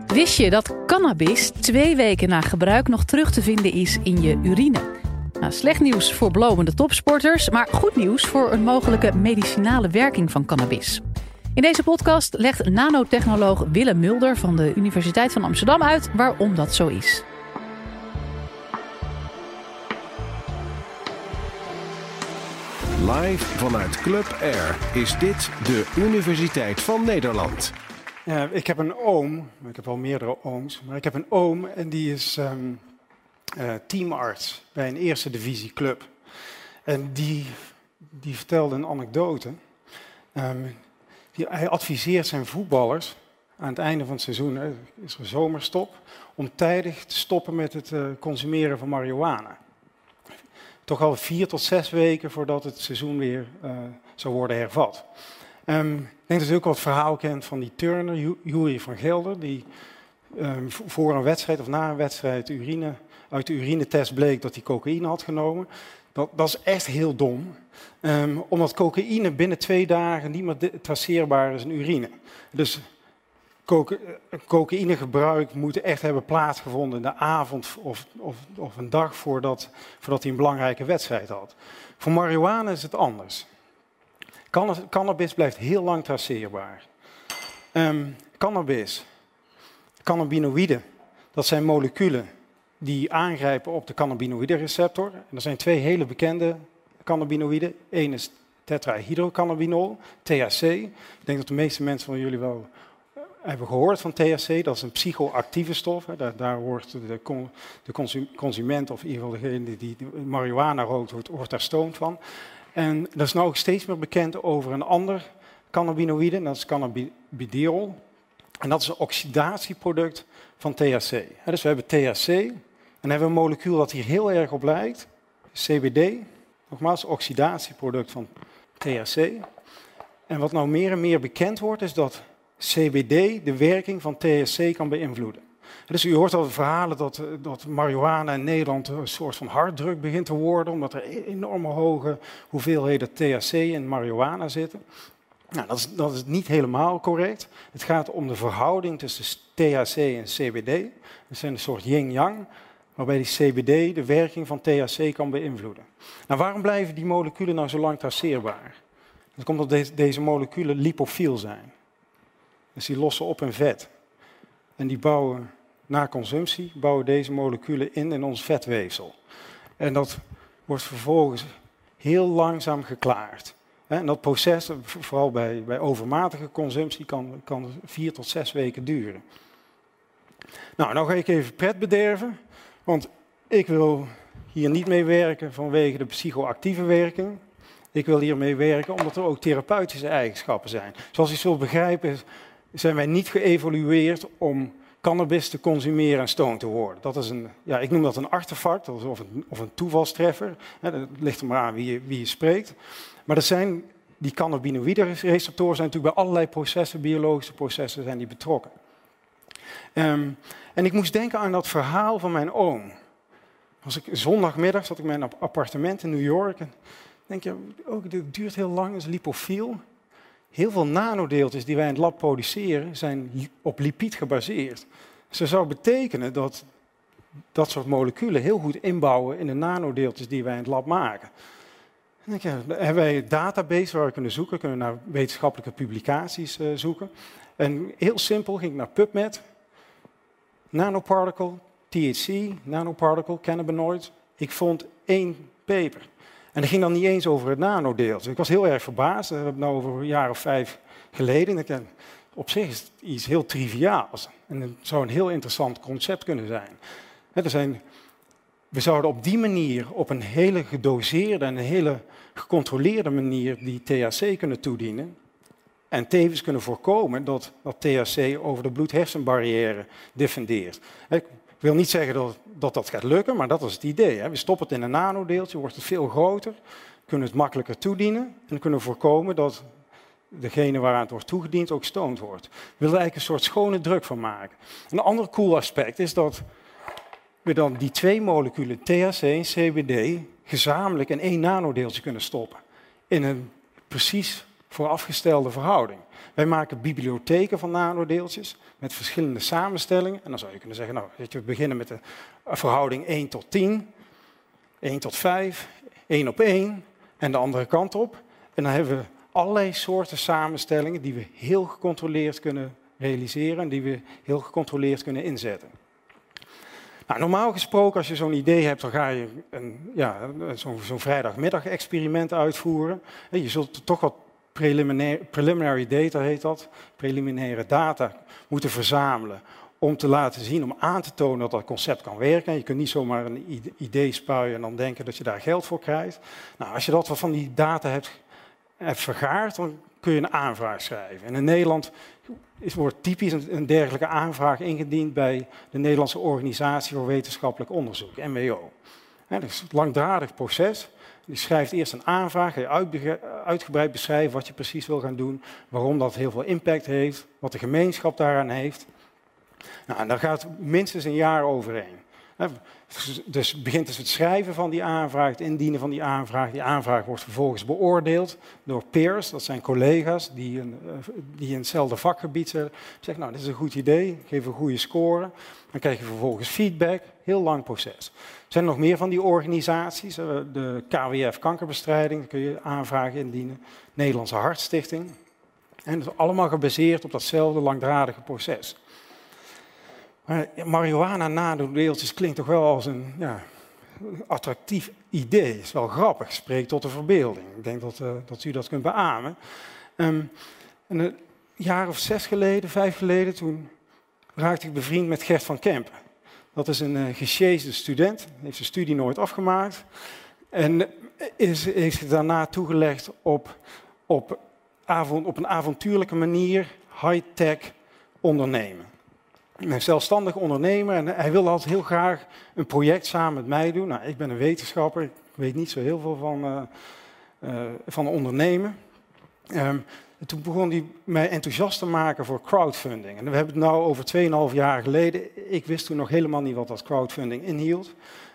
Wist je dat cannabis 2 weken na gebruik nog terug te vinden is in je urine? Nou, slecht nieuws voor blomende topsporters, maar goed nieuws voor een mogelijke medicinale werking van cannabis. In deze podcast legt nanotechnoloog Willem Mulder van de Universiteit van Amsterdam uit waarom dat zo is. Live vanuit Club Air is dit de Universiteit van Nederland. Ik heb een oom, ik heb wel meerdere ooms, maar ik heb een oom en die is teamarts bij een eerste divisie club. En die vertelde een anekdote. Hij adviseert zijn voetballers aan het einde van het seizoen, is er zomerstop, om tijdig te stoppen met het consumeren van marihuana. Toch al 4 tot 6 weken voordat het seizoen weer zou worden hervat. Ik denk dat u ook wel het verhaal kent van die turner, Jurie van Gelder, die voor een wedstrijd of na een wedstrijd uit de urinetest bleek dat hij cocaïne had genomen. Dat is echt heel dom, omdat cocaïne binnen 2 dagen niet meer traceerbaar is in urine. Dus cocaïnegebruik moet echt hebben plaatsgevonden de avond of een dag voordat hij een belangrijke wedstrijd had. Voor marihuana is het anders. Cannabis blijft heel lang traceerbaar. Cannabinoïden, dat zijn moleculen die aangrijpen op de cannabinoïdereceptor. En er zijn 2 hele bekende cannabinoïden. Eén is tetrahydrocannabinol, THC. Ik denk dat de meeste mensen van jullie wel hebben gehoord van THC. Dat is een psychoactieve stof. Daar wordt de consument, of in ieder geval degene die marihuana rookt, wordt daar stoned van. En er is nu ook steeds meer bekend over een ander cannabinoïde, dat is cannabidiol. En dat is een oxidatieproduct van THC. Dus we hebben THC en dan hebben we een molecuul dat hier heel erg op lijkt, CBD. Nogmaals, oxidatieproduct van THC. En wat nou meer en meer bekend wordt, is dat CBD de werking van THC kan beïnvloeden. Dus u hoort al de verhalen dat marihuana in Nederland een soort van harddruk begint te worden, omdat er enorme hoge hoeveelheden THC in marihuana zitten. Nou, dat is niet helemaal correct. Het gaat om de verhouding tussen THC en CBD. Dat zijn een soort yin-yang, waarbij die CBD de werking van THC kan beïnvloeden. Nou, waarom blijven die moleculen nou zo lang traceerbaar? Dat komt omdat deze moleculen lipofiel zijn. Dus die lossen op in vet. En die bouwen na consumptie deze moleculen in ons vetweefsel. En dat wordt vervolgens heel langzaam geklaard. En dat proces, vooral bij overmatige consumptie, kan 4 tot 6 weken duren. Nou ga ik even pret bederven, want ik wil hier niet mee werken vanwege de psychoactieve werking. Ik wil hiermee werken omdat er ook therapeutische eigenschappen zijn. Zoals u zult begrijpen zijn wij niet geëvolueerd om cannabis te consumeren en stoned te worden. Dat is ik noem dat een artefact of een toevalstreffer. Dat ligt er maar aan wie je spreekt. Maar die cannabinoïde-receptoren zijn natuurlijk bij allerlei processen, biologische processen, zijn die betrokken. En ik moest denken aan dat verhaal van mijn oom. Zondagmiddag zat ik in mijn appartement in New York. En denk je, het duurt heel lang, het is lipofiel. Heel veel nanodeeltjes die wij in het lab produceren zijn op lipid gebaseerd. Dus dat zou betekenen dat dat soort moleculen heel goed inbouwen in de nanodeeltjes die wij in het lab maken. Dan hebben wij een database waar we kunnen zoeken, kunnen naar wetenschappelijke publicaties zoeken. En heel simpel ging ik naar PubMed, nanoparticle, THC, nanoparticle, cannabinoid. Ik vond 1 paper. En dat ging dan niet eens over het nanodeeltje. Ik was heel erg verbaasd. Dat heb ik nou over een jaar of 5 geleden. Op zich is het iets heel triviaals. En het zou een heel interessant concept kunnen zijn. We zouden op die manier, op een hele gedoseerde en een hele gecontroleerde manier, die THC kunnen toedienen. En tevens kunnen voorkomen dat THC over de bloed-hersenbarrière diffundeert. Ik wil niet zeggen dat gaat lukken, maar dat is het idee. We stoppen het in een nanodeeltje, wordt het veel groter, kunnen het makkelijker toedienen en kunnen voorkomen dat degene waaraan het wordt toegediend ook stoned wordt. We willen er eigenlijk een soort schone druk van maken. Een ander cool aspect is dat we dan die 2 moleculen, THC en CBD, gezamenlijk in 1 nanodeeltje kunnen stoppen. In een precies voorafgestelde verhouding. Wij maken bibliotheken van nanodeeltjes met verschillende samenstellingen. En dan zou je kunnen zeggen, nou, we beginnen met de verhouding 1 tot 10, 1 tot 5, 1 op 1 en de andere kant op. En dan hebben we allerlei soorten samenstellingen die we heel gecontroleerd kunnen realiseren en die we heel gecontroleerd kunnen inzetten. Nou, normaal gesproken, als je zo'n idee hebt, dan ga je zo'n vrijdagmiddag-experiment uitvoeren. Je zult toch wat preliminary data, heet dat, preliminaire data moeten verzamelen om te laten zien, om aan te tonen dat dat concept kan werken. Je kunt niet zomaar een idee spuien en dan denken dat je daar geld voor krijgt. Nou, als je dat wat van die data hebt vergaard, dan kun je een aanvraag schrijven. En in Nederland wordt typisch een dergelijke aanvraag ingediend bij de Nederlandse Organisatie voor Wetenschappelijk Onderzoek, NWO. Dat is een langdradig proces. Je schrijft eerst een aanvraag, ga je uitgebreid beschrijven wat je precies wil gaan doen, waarom dat heel veel impact heeft, wat de gemeenschap daaraan heeft. Nou, en daar gaat minstens een jaar overheen. Dus begint dus het schrijven van die aanvraag, het indienen van die aanvraag. Die aanvraag wordt vervolgens beoordeeld door peers, dat zijn collega's die in hetzelfde vakgebied zeggen, nou, dit is een goed idee, geef een goede score. Dan krijg je vervolgens feedback, heel lang proces. Er zijn nog meer van die organisaties, de KWF kankerbestrijding, daar kun je aanvragen indienen, Nederlandse Hartstichting. En dat is allemaal gebaseerd op datzelfde langdradige proces. Maar marihuana nanodeeltjes klinkt toch wel als een attractief idee. Het is wel grappig, spreekt tot de verbeelding. Ik denk dat u dat kunt beamen. Een jaar of 6 geleden, 5 geleden, toen raakte ik bevriend met Gert van Kempen. Dat is een gesjeesde student, heeft zijn studie nooit afgemaakt. En heeft zich daarna toegelegd op een avontuurlijke manier high-tech ondernemen. Een zelfstandig ondernemer en hij wilde altijd heel graag een project samen met mij doen. Nou, ik ben een wetenschapper, ik weet niet zo heel veel van ondernemen. En toen begon hij mij enthousiast te maken voor crowdfunding. En we hebben het nu over 2,5 jaar geleden. Ik wist toen nog helemaal niet wat dat crowdfunding inhield.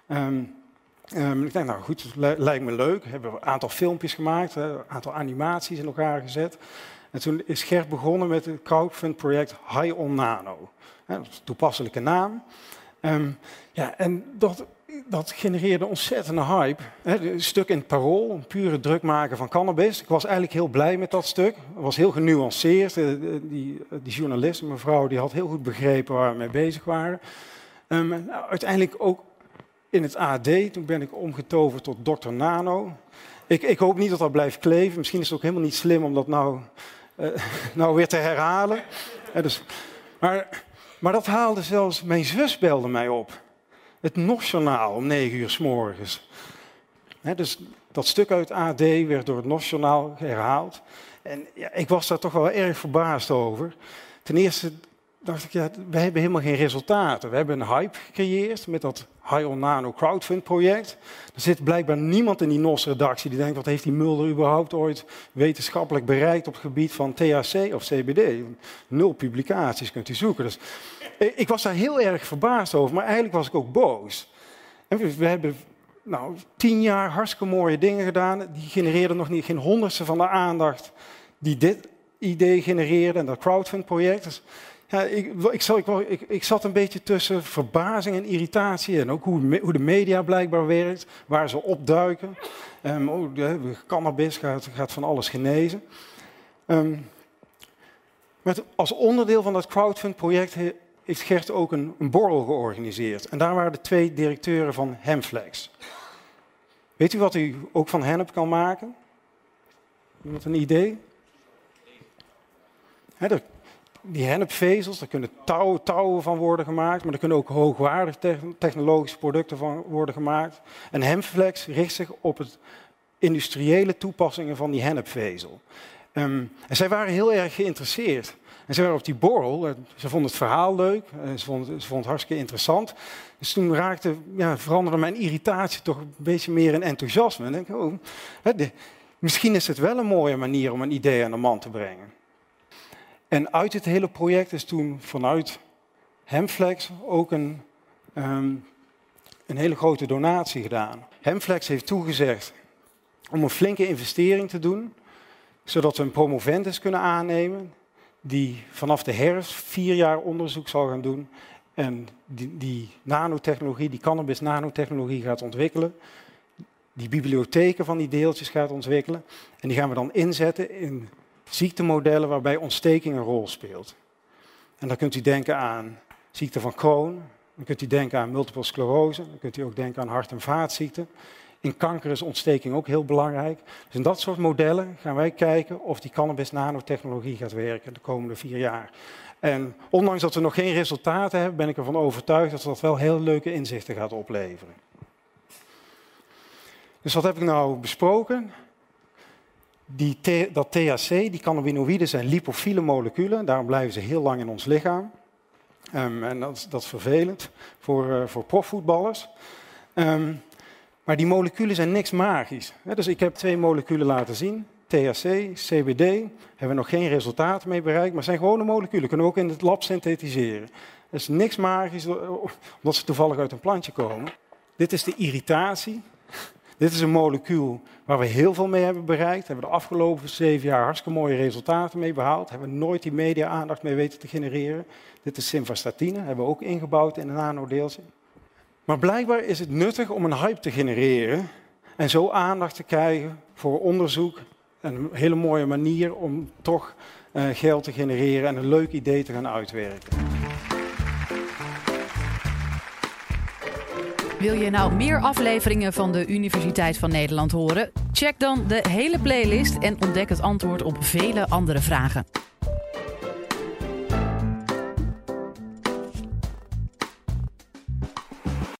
Ik dacht, nou goed, het lijkt me leuk. We hebben een aantal filmpjes gemaakt, een aantal animaties in elkaar gezet. En toen is Gert begonnen met het crowdfund-project High on Nano. Dat is een toepasselijke naam. En dat genereerde ontzettende hype. Een stuk in het Parool, een pure druk maken van cannabis. Ik was eigenlijk heel blij met dat stuk. Het was heel genuanceerd. Die journalist, mevrouw, die had heel goed begrepen waar we mee bezig waren. Uiteindelijk ook in het AD, toen ben ik omgetoverd tot Dr. Nano. Ik hoop niet dat dat blijft kleven. Misschien is het ook helemaal niet slim om dat nou weer te herhalen. Maar dat haalde zelfs, mijn zus belde mij op. Het NOS-journaal om 9 uur 's morgens. Dus dat stuk uit AD werd door het NOS-journaal herhaald. En ja, ik was daar toch wel erg verbaasd over. Ten eerste dacht ik, we hebben helemaal geen resultaten. We hebben een hype gecreëerd met dat High on Nano crowdfund project. Er zit blijkbaar niemand in die NOS-redactie die denkt, wat heeft die Mulder überhaupt ooit wetenschappelijk bereikt op het gebied van THC of CBD? 0 publicaties kunt u zoeken. Dus ik was daar heel erg verbaasd over, maar eigenlijk was ik ook boos. En we hebben 10 jaar hartstikke mooie dingen gedaan. Die genereerden nog niet geen 100ste van de aandacht die dit idee genereerde en dat crowdfund project. Dus, ja, ik zat een beetje tussen verbazing en irritatie. En ook hoe de media blijkbaar werkt, waar ze opduiken. Cannabis gaat van alles genezen. Als onderdeel van dat crowdfund-project heeft Gert ook een borrel georganiseerd. En daar waren de 2 directeuren van Hempflex. Weet u wat u ook van hennep kan maken? Iemand een idee? Die hennepvezels, daar kunnen touwen van worden gemaakt, maar er kunnen ook hoogwaardige technologische producten van worden gemaakt. En Hempflex richt zich op het industriële toepassingen van die hennepvezel. En zij waren heel erg geïnteresseerd. En ze waren op die borrel, ze vonden het verhaal leuk, ze vonden het hartstikke interessant. Dus toen veranderde mijn irritatie toch een beetje meer in enthousiasme. En denk ik, misschien is het wel een mooie manier om een idee aan de man te brengen. En uit dit hele project is toen vanuit Hempflex ook een hele grote donatie gedaan. Hempflex heeft toegezegd om een flinke investering te doen zodat we een promovendus kunnen aannemen die vanaf de herfst 4 jaar onderzoek zal gaan doen en die nanotechnologie, die cannabis nanotechnologie gaat ontwikkelen, die bibliotheken van die deeltjes gaat ontwikkelen en die gaan we dan inzetten in ziektemodellen waarbij ontsteking een rol speelt. En dan kunt u denken aan ziekte van Crohn, dan kunt u denken aan multiple sclerose, dan kunt u ook denken aan hart- en vaatziekten. In kanker is ontsteking ook heel belangrijk. Dus in dat soort modellen gaan wij kijken of die cannabis nanotechnologie gaat werken de komende 4 jaar. En ondanks dat we nog geen resultaten hebben, ben ik ervan overtuigd dat dat wel heel leuke inzichten gaat opleveren. Dus wat heb ik nou besproken? Dat THC, die cannabinoïden, zijn lipofiele moleculen. Daarom blijven ze heel lang in ons lichaam. En dat is vervelend voor profvoetballers. Maar die moleculen zijn niks magisch. Dus ik heb 2 moleculen laten zien. THC, CBD. Hebben we nog geen resultaten mee bereikt. Maar zijn gewone moleculen. Kunnen we ook in het lab synthetiseren. Er is niks magisch omdat ze toevallig uit een plantje komen. Dit is de irritatie. Dit is een molecuul waar we heel veel mee hebben bereikt. Daar hebben we de afgelopen 7 jaar hartstikke mooie resultaten mee behaald. Hebben we nooit die media-aandacht mee weten te genereren. Dit is simvastatine. Hebben we ook ingebouwd in een nanodeeltje. Maar blijkbaar is het nuttig om een hype te genereren en zo aandacht te krijgen voor onderzoek. Een hele mooie manier om toch geld te genereren en een leuk idee te gaan uitwerken. Wil je nou meer afleveringen van de Universiteit van Nederland horen? Check dan de hele playlist en ontdek het antwoord op vele andere vragen.